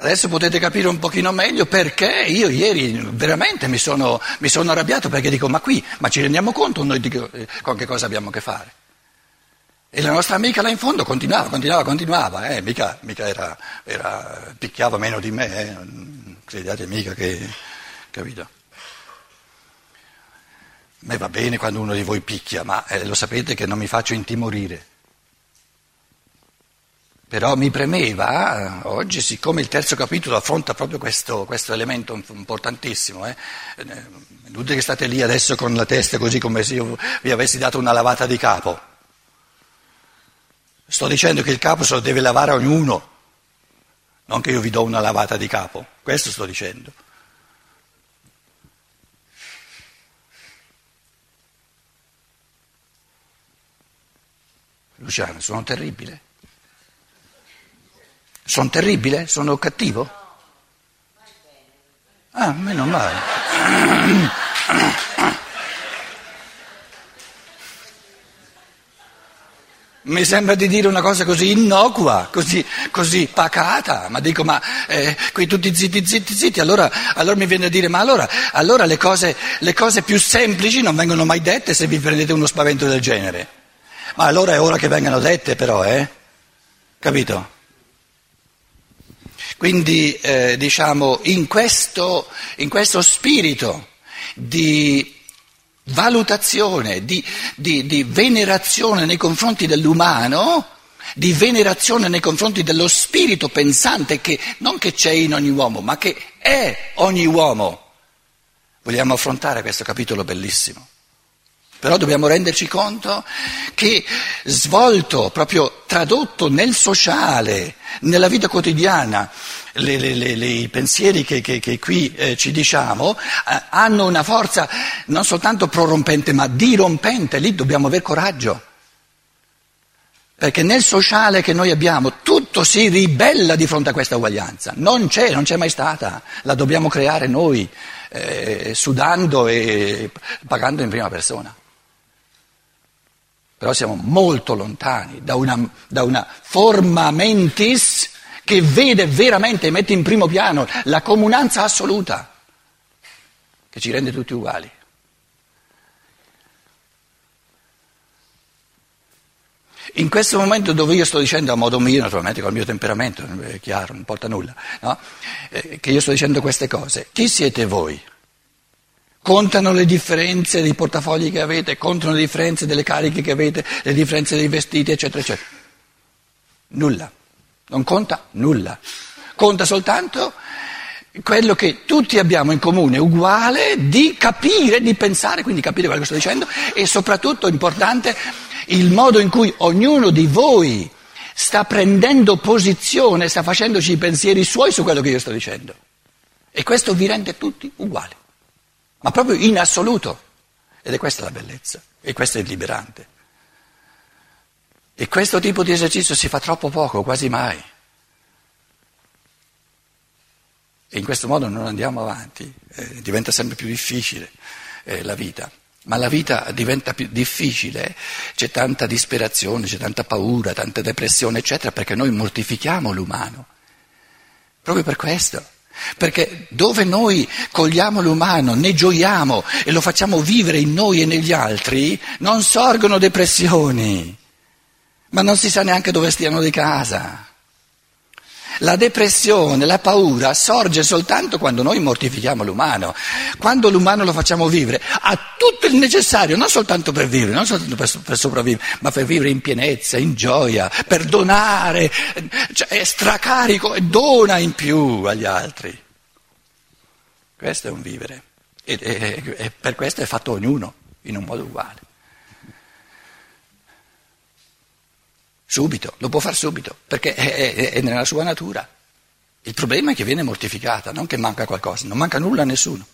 Adesso potete capire un pochino meglio perché io ieri veramente mi sono arrabbiato, perché dico, ma ci rendiamo conto noi con che cosa abbiamo a che fare? E la nostra amica là in fondo continuava, mica picchiava meno di me, non crediate mica che, capito? A me va bene quando uno di voi picchia, ma lo sapete che non mi faccio intimorire. Però mi premeva oggi, siccome il terzo capitolo affronta proprio questo elemento importantissimo, inutile che state lì adesso con la testa così come se io vi avessi dato una lavata di capo. Sto dicendo che il capo se lo deve lavare ognuno, non che io vi do una lavata di capo, questo sto dicendo. Luciano, sono terribile? Sono terribile? Sono cattivo? Ah, meno male. Mi sembra di dire una cosa così innocua, così pacata, ma dico, qui tutti zitti, allora mi viene a dire, ma allora le cose più semplici non vengono mai dette se vi prendete uno spavento del genere. Ma allora è ora che vengano dette però, capito? Quindi diciamo in questo spirito di valutazione, di venerazione nei confronti dell'umano, di venerazione nei confronti dello spirito pensante che non che c'è in ogni uomo, ma che è ogni uomo. Vogliamo affrontare questo capitolo bellissimo. Però dobbiamo renderci conto che svolto, proprio tradotto nel sociale, nella vita quotidiana, i pensieri che qui ci diciamo hanno una forza non soltanto prorompente ma dirompente, lì dobbiamo aver coraggio. Perché nel sociale che noi abbiamo tutto si ribella di fronte a questa uguaglianza, non c'è mai stata, la dobbiamo creare noi, sudando e pagando in prima persona. Però siamo molto lontani da una forma mentis che vede veramente e mette in primo piano la comunanza assoluta, che ci rende tutti uguali. In questo momento dove io sto dicendo a modo mio, naturalmente col mio temperamento, è chiaro, non porta nulla, no? Che io sto dicendo queste cose, chi siete voi? Contano le differenze dei portafogli che avete, contano le differenze delle cariche che avete, le differenze dei vestiti, eccetera, eccetera. Nulla. Non conta nulla. Conta soltanto quello che tutti abbiamo in comune, uguale, di capire, di pensare, quindi capire quello che sto dicendo, e soprattutto, importante, il modo in cui ognuno di voi sta prendendo posizione, sta facendoci i pensieri suoi su quello che io sto dicendo. E questo vi rende tutti uguali. Ma proprio in assoluto, ed è questa la bellezza, e questo è il liberante. E questo tipo di esercizio si fa troppo poco, quasi mai. E in questo modo non andiamo avanti, diventa sempre più difficile la vita. Ma la vita diventa più difficile, c'è tanta disperazione, c'è tanta paura, tanta depressione, eccetera, perché noi mortifichiamo l'umano. Proprio per questo. Perché dove noi cogliamo l'umano, ne gioiamo e lo facciamo vivere in noi e negli altri, non sorgono depressioni, ma non si sa neanche dove stiano di casa. La depressione, la paura sorge soltanto quando noi mortifichiamo l'umano, quando l'umano lo facciamo vivere, ha tutto il necessario, non soltanto per vivere, non soltanto per sopravvivere, ma per vivere in pienezza, in gioia, per donare, cioè è stracarico e dona in più agli altri. Questo è un vivere e per questo è fatto ognuno in un modo uguale. Subito, lo può fare subito, perché è nella sua natura. Il problema è che viene mortificata, non che manca qualcosa, non manca nulla a nessuno.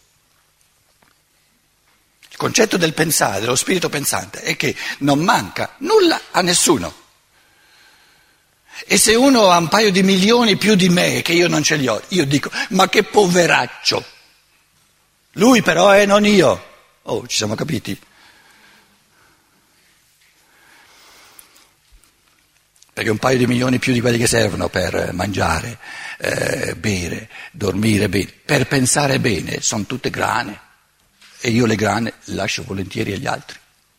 Il concetto del pensare, dello spirito pensante, è che non manca nulla a nessuno. E se uno ha un paio di milioni più di me, che io non ce li ho, io dico, ma che poveraccio! Lui però non io. Oh, ci siamo capiti? perché un paio di milioni più di quelli che servono per mangiare, bere, dormire bene, per pensare bene, sono tutte grane e io le grane le lascio volentieri agli altri.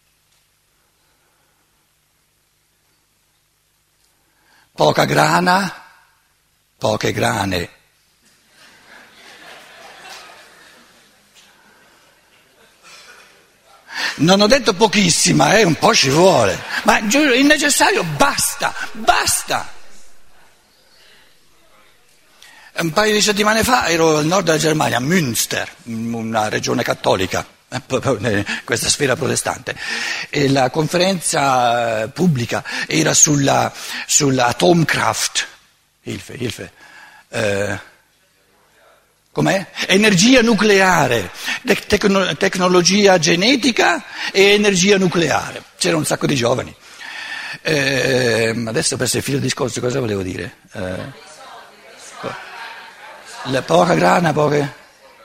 Poca grana, poche grane. Non ho detto pochissima, un po' ci vuole, ma giuro, il necessario basta, basta. Un paio di settimane fa ero al nord della Germania, a Münster, una regione cattolica, questa sfera protestante, e la conferenza pubblica era sulla Atomkraft, Hilfe, com'è? Energia nucleare, tecnologia genetica e energia nucleare. C'era un sacco di giovani. Adesso ho perso il filo di discorso, cosa volevo dire? La poca grana, poche...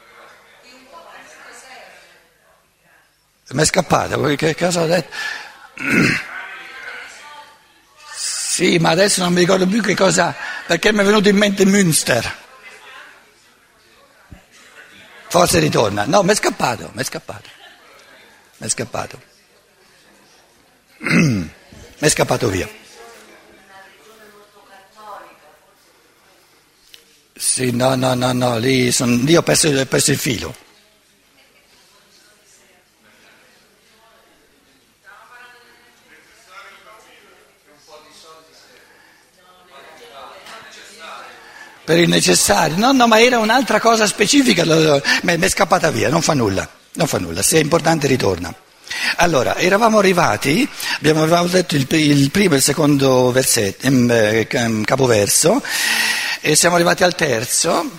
Mi è scappata, che cosa ho detto? Sì, ma adesso non mi ricordo più che cosa, perché mi è venuto in mente Münster. Forse ritorna. No, mi è scappato. Mi è scappato via. Sì, no, lì ho perso il filo. Per il necessario. No, ma era un'altra cosa specifica, mi è scappata via, non fa nulla, se è importante ritorna. Allora, eravamo arrivati, avevamo detto il primo e il secondo versetto, capoverso, e siamo arrivati al terzo,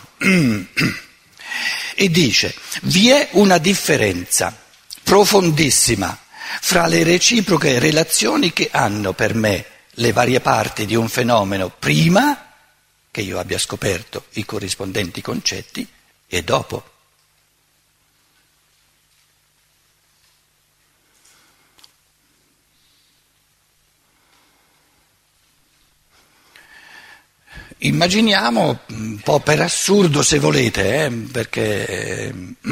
e dice, vi è una differenza profondissima fra le reciproche relazioni che hanno per me le varie parti di un fenomeno prima che io abbia scoperto i corrispondenti concetti e dopo. Immaginiamo, un po' per assurdo se volete, perché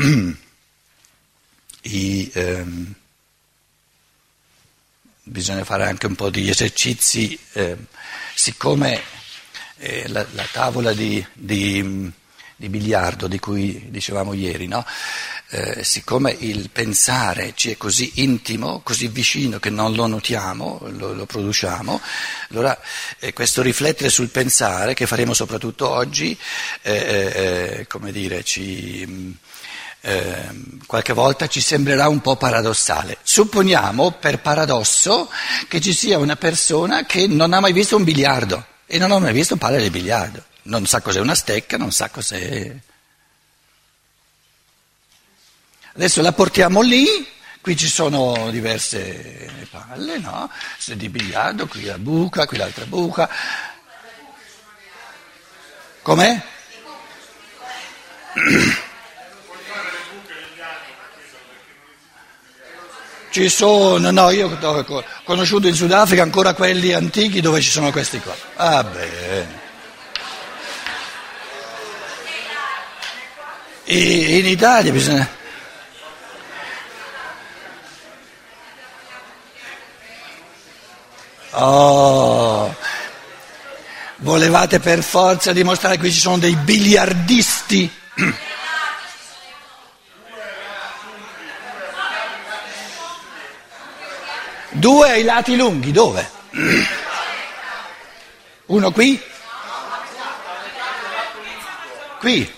bisogna fare anche un po' di esercizi, siccome la tavola di biliardo di cui dicevamo ieri, no? Siccome il pensare ci è così intimo, così vicino che non lo notiamo, lo produciamo, allora questo riflettere sul pensare, che faremo soprattutto oggi, come dire, qualche volta ci sembrerà un po' paradossale. Supponiamo, per paradosso, che ci sia una persona che non ha mai visto un biliardo e non ha mai visto un palla di biliardo, non sa cos'è una stecca, non sa cos'è... Adesso la portiamo lì, qui ci sono diverse palle, no? Di biliardo, qui la buca, qui l'altra buca. Com'è? Ci sono, no, io ho conosciuto in Sudafrica ancora quelli antichi dove ci sono questi qua. Ah, bene. E in Italia bisogna... Oh, volevate per forza dimostrare che qui ci sono dei biliardisti? Due ai lati lunghi, dove? Uno qui? Qui?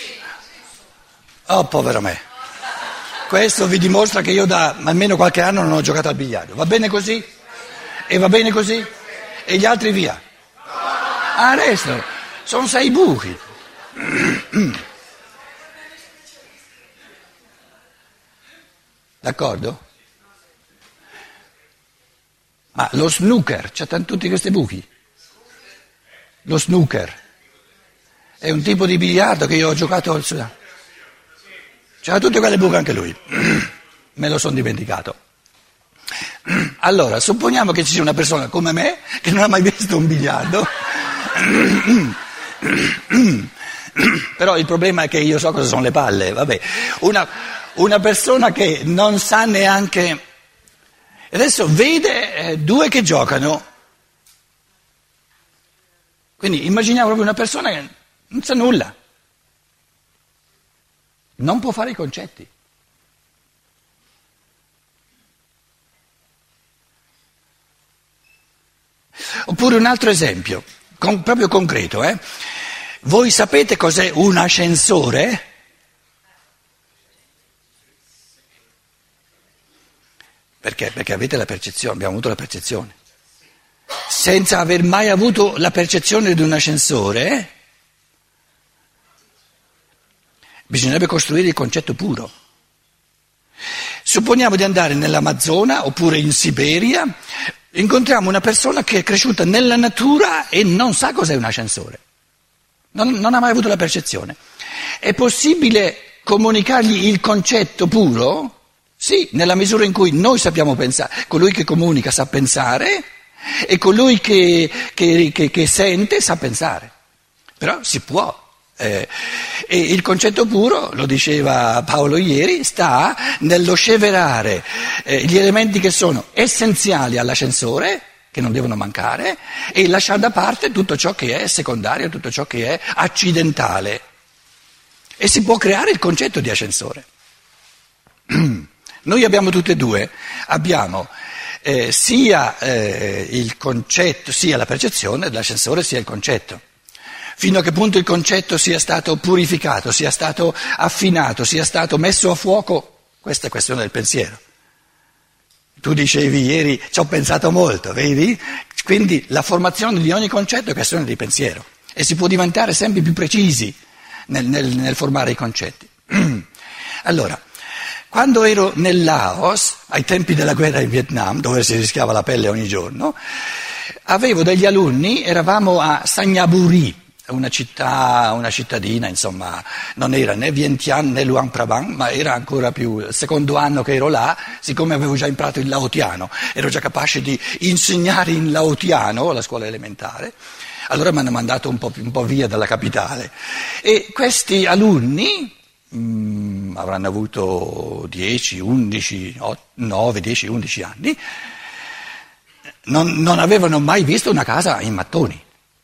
Oh, povero me. Questo vi dimostra che io da almeno qualche anno non ho giocato al biliardo. Va bene così? E va bene così? E gli altri via? Ah, restano. Sono 6 buchi. D'accordo? Ma lo snooker, c'è tutti questi buchi? Lo snooker è un tipo di biliardo che io ho giocato al Sudafrica. C'era tutte quelle buche anche lui. Me lo sono dimenticato. Allora, supponiamo che ci sia una persona come me che non ha mai visto un biliardo, però il problema è che io so cosa sono le palle, vabbè, una persona che non sa neanche, adesso vede due che giocano, quindi immaginiamo proprio una persona che non sa nulla, non può fare i concetti. Oppure un altro esempio, proprio concreto, Voi sapete cos'è un ascensore? Perché? Perché avete la percezione, abbiamo avuto la percezione. Senza aver mai avuto la percezione di un ascensore, bisognerebbe costruire il concetto puro. Supponiamo di andare nell'Amazzonia oppure in Siberia, incontriamo una persona che è cresciuta nella natura e non sa cos'è un ascensore, non ha mai avuto la percezione. È possibile comunicargli il concetto puro? Sì, nella misura in cui noi sappiamo pensare, colui che comunica sa pensare e colui che sente sa pensare, però si può. E il concetto puro, lo diceva Paolo ieri, sta nello sceverare gli elementi che sono essenziali all'ascensore, che non devono mancare, e lasciare da parte tutto ciò che è secondario, tutto ciò che è accidentale. E si può creare il concetto di ascensore. Noi abbiamo tutte e due, abbiamo sia il concetto, sia la percezione dell'ascensore, sia il concetto. Fino a che punto il concetto sia stato purificato, sia stato affinato, sia stato messo a fuoco, questa è questione del pensiero. Tu dicevi ieri, ci ho pensato molto, vedi? Quindi la formazione di ogni concetto è questione di pensiero e si può diventare sempre più precisi nel formare i concetti. Allora, quando ero nel Laos, ai tempi della guerra in Vietnam, dove si rischiava la pelle ogni giorno, avevo degli alunni, eravamo a Sanyaburi, una cittadina, insomma, non era né Vientiane né Luang Prabang, ma era ancora più, il secondo anno che ero là, siccome avevo già imparato il laotiano, ero già capace di insegnare in laotiano alla scuola elementare, allora mi hanno mandato un po' via dalla capitale. E questi alunni avranno avuto 10, 11, 9, 10, 11 anni, non avevano mai visto una casa in mattoni.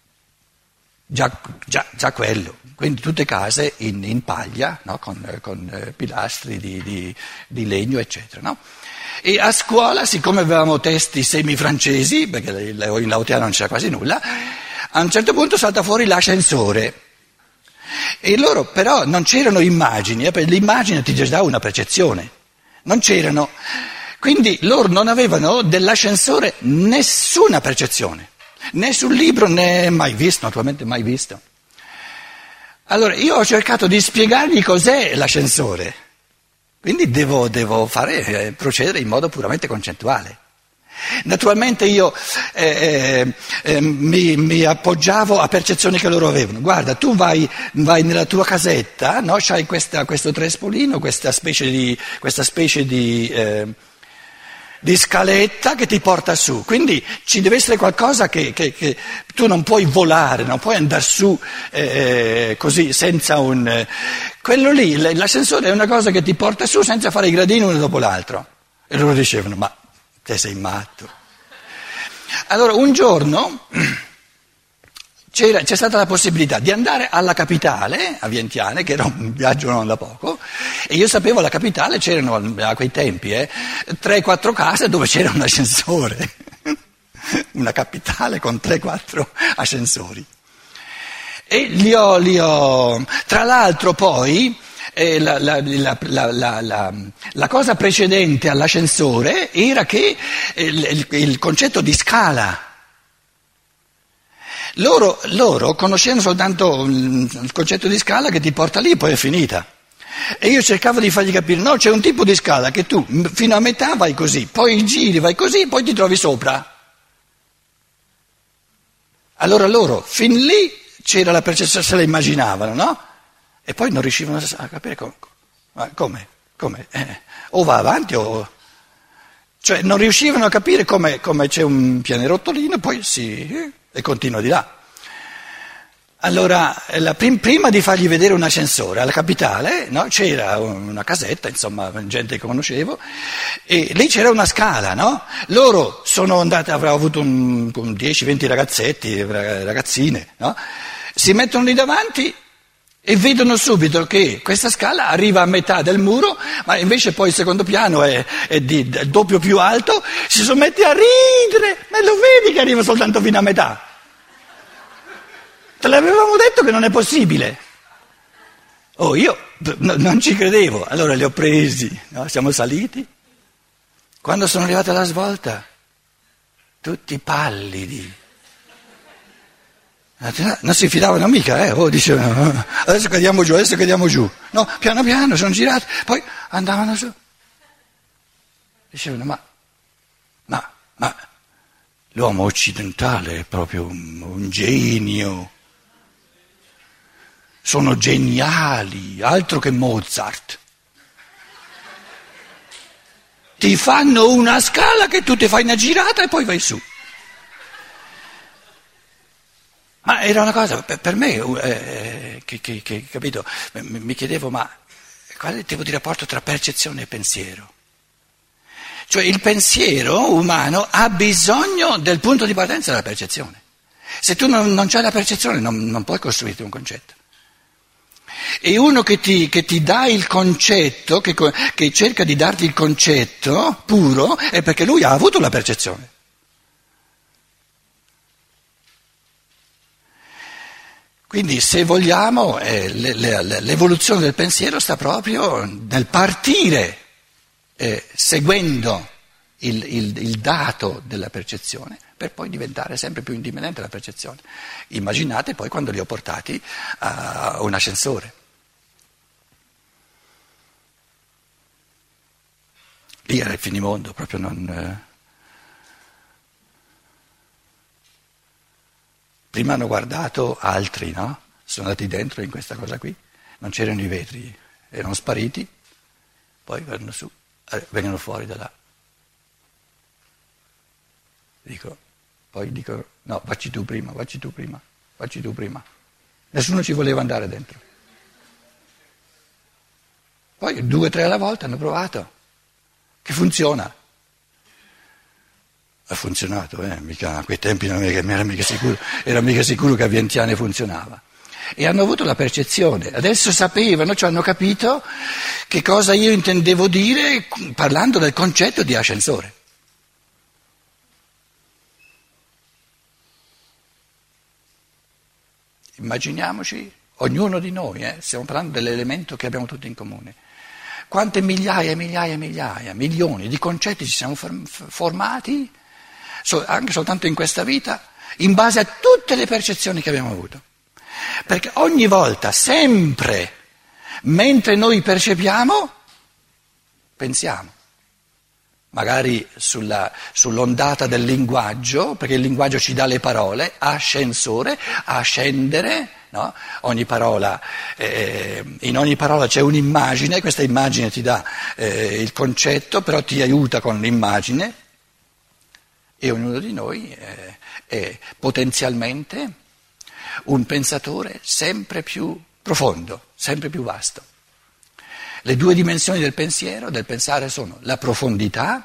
Già quello, quindi tutte case in paglia, no? con pilastri di legno, eccetera. No? E a scuola, siccome avevamo testi semifrancesi, perché in laotiano non c'era quasi nulla, a un certo punto salta fuori l'ascensore. E loro però non c'erano immagini, perché l'immagine ti già dà una percezione, non c'erano. Quindi loro non avevano dell'ascensore nessuna percezione. Né sul libro né mai visto, naturalmente mai visto. Allora io ho cercato di spiegargli cos'è l'ascensore, quindi devo procedere in modo puramente concettuale. Naturalmente io mi appoggiavo a percezioni che loro avevano. Guarda, tu vai nella tua casetta, no? C'hai questo trespolino, questa specie di scaletta che ti porta su, quindi ci deve essere qualcosa che tu non puoi volare, non puoi andare su così senza quello lì, l'ascensore è una cosa che ti porta su senza fare i gradini uno dopo l'altro. E loro dicevano, ma te sei matto. Allora un giorno c'è stata la possibilità di andare alla capitale, a Vientiane, che era un viaggio non da poco, e io sapevo alla capitale c'erano a quei tempi 3-4 case dove c'era un ascensore, una capitale con 3-4 ascensori. E tra l'altro poi la cosa precedente all'ascensore era che il concetto di scala. Loro conoscevano soltanto il concetto di scala che ti porta lì e poi è finita. E io cercavo di fargli capire, no, c'è un tipo di scala che tu fino a metà vai così, poi giri, vai così, poi ti trovi sopra. Allora loro, fin lì c'era la percezione, se la immaginavano, no? E poi non riuscivano a capire come. O va avanti o... Cioè non riuscivano a capire come c'è un pianerottolino, poi e continua di là. Allora, prima di fargli vedere un ascensore alla capitale, no, c'era una casetta, insomma, gente che conoscevo, e lì c'era una scala, no? Loro sono andati, avranno avuto 10-20 ragazzetti, ragazzine, no? Si mettono lì davanti e vedono subito che questa scala arriva a metà del muro, ma invece poi il secondo piano è il doppio più alto, si sono messi a ridere, ma lo vedi che arriva soltanto fino a metà? Te l'avevamo detto che non è possibile. Oh, io non ci credevo, allora li ho presi, no? Siamo saliti. Quando sono arrivati alla svolta, tutti pallidi. Non si fidavano mica, dicevano, adesso cadiamo giù. No, piano piano sono girati, poi andavano su. Dicevano, ma l'uomo occidentale è proprio un genio. Sono geniali, altro che Mozart. Ti fanno una scala che tu ti fai una girata e poi vai su. Ma era una cosa, per me, che capito, mi chiedevo, ma qual è il tipo di rapporto tra percezione e pensiero? Cioè il pensiero umano ha bisogno del punto di partenza della percezione. Se tu non c'hai la percezione non puoi costruirti un concetto. E uno che ti dà il concetto, che cerca di darti il concetto puro, è perché lui ha avuto la percezione. Quindi se vogliamo l'evoluzione del pensiero sta proprio nel partire seguendo il dato della percezione per poi diventare sempre più indipendente dalla percezione. Immaginate poi quando li ho portati a un ascensore. Lì era il finimondo, proprio non... Prima hanno guardato altri, no? Sono andati dentro in questa cosa qui, non c'erano i vetri, erano spariti, poi vengono fuori da là. Poi dicono, no, facci tu prima. Nessuno ci voleva andare dentro. Poi 2 o 3 alla volta hanno provato, che funziona. Ha funzionato, mica a quei tempi non era mica sicuro che a Vientiane funzionava. E hanno avuto la percezione, adesso sapevano, cioè hanno capito che cosa io intendevo dire parlando del concetto di ascensore. Immaginiamoci, ognuno di noi, stiamo parlando dell'elemento che abbiamo tutti in comune. Quante migliaia, milioni di concetti ci siamo formati, anche soltanto in questa vita, in base a tutte le percezioni che abbiamo avuto. Perché ogni volta, sempre, mentre noi percepiamo, pensiamo. Magari sull'ondata del linguaggio, perché il linguaggio ci dà le parole, ascensore, ascendere, no? In ogni parola c'è un'immagine, questa immagine ti dà il concetto, però ti aiuta con l'immagine. E ognuno di noi è potenzialmente un pensatore sempre più profondo, sempre più vasto. Le 2 dimensioni del pensiero, del pensare, sono la profondità,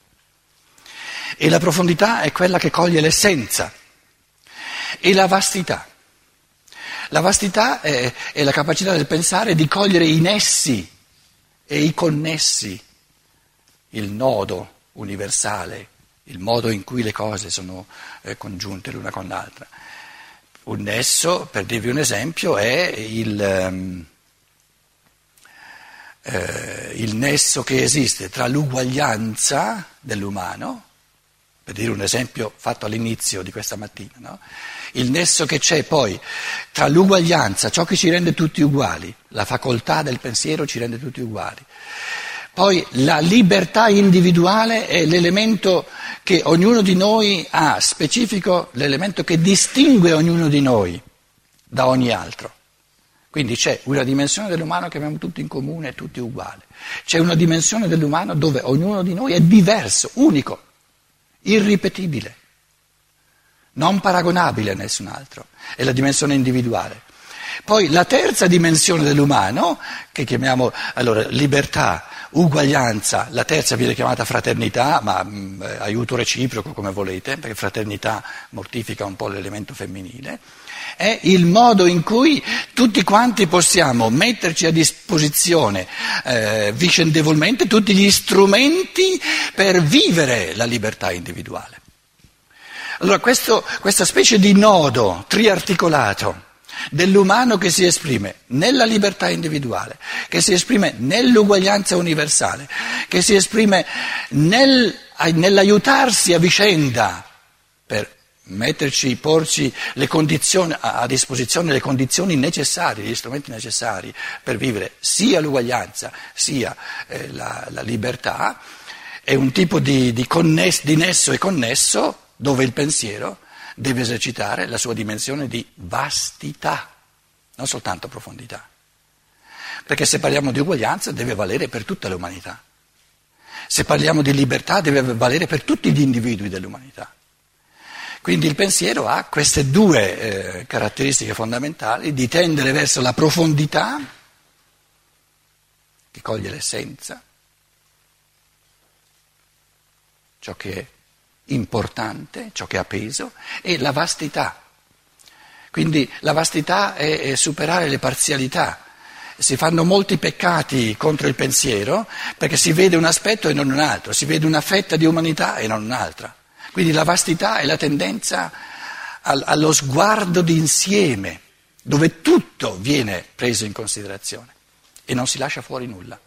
e la profondità è quella che coglie l'essenza, e la vastità. La vastità è la capacità del pensare di cogliere i nessi e i connessi, il nodo universale, il modo in cui le cose sono congiunte l'una con l'altra. Un nesso, per dirvi un esempio, è il nesso che esiste tra l'uguaglianza dell'umano, per dire un esempio fatto all'inizio di questa mattina, no? Il nesso che c'è poi tra l'uguaglianza, ciò che ci rende tutti uguali, la facoltà del pensiero ci rende tutti uguali. Poi la libertà individuale è l'elemento che ognuno di noi ha, specifico, l'elemento che distingue ognuno di noi da ogni altro. Quindi c'è una dimensione dell'umano che abbiamo tutti in comune, tutti uguali. C'è una dimensione dell'umano dove ognuno di noi è diverso, unico, irripetibile, non paragonabile a nessun altro. È la dimensione individuale. Poi la terza dimensione dell'umano, che chiamiamo allora libertà, uguaglianza, la terza viene chiamata fraternità, ma aiuto reciproco come volete, perché fraternità mortifica un po' l'elemento femminile, è il modo in cui tutti quanti possiamo metterci a disposizione vicendevolmente tutti gli strumenti per vivere la libertà individuale. Allora questa specie di nodo triarticolato dell'umano che si esprime nella libertà individuale, che si esprime nell'uguaglianza universale, che si esprime nell'aiutarsi a vicenda per porci le condizioni, a disposizione le condizioni necessarie, gli strumenti necessari per vivere sia l'uguaglianza sia la libertà, è un tipo di nesso e connesso dove il pensiero deve esercitare la sua dimensione di vastità, non soltanto profondità. Perché se parliamo di uguaglianza deve valere per tutta l'umanità. Se parliamo di libertà deve valere per tutti gli individui dell'umanità. Quindi il pensiero ha queste due caratteristiche fondamentali di tendere verso la profondità, che coglie l'essenza, ciò che è importante, ciò che ha peso, e la vastità. Quindi la vastità è superare le parzialità. Si fanno molti peccati contro il pensiero perché si vede un aspetto e non un altro, si vede una fetta di umanità e non un'altra. Quindi la vastità è la tendenza allo sguardo d'insieme, dove tutto viene preso in considerazione e non si lascia fuori nulla.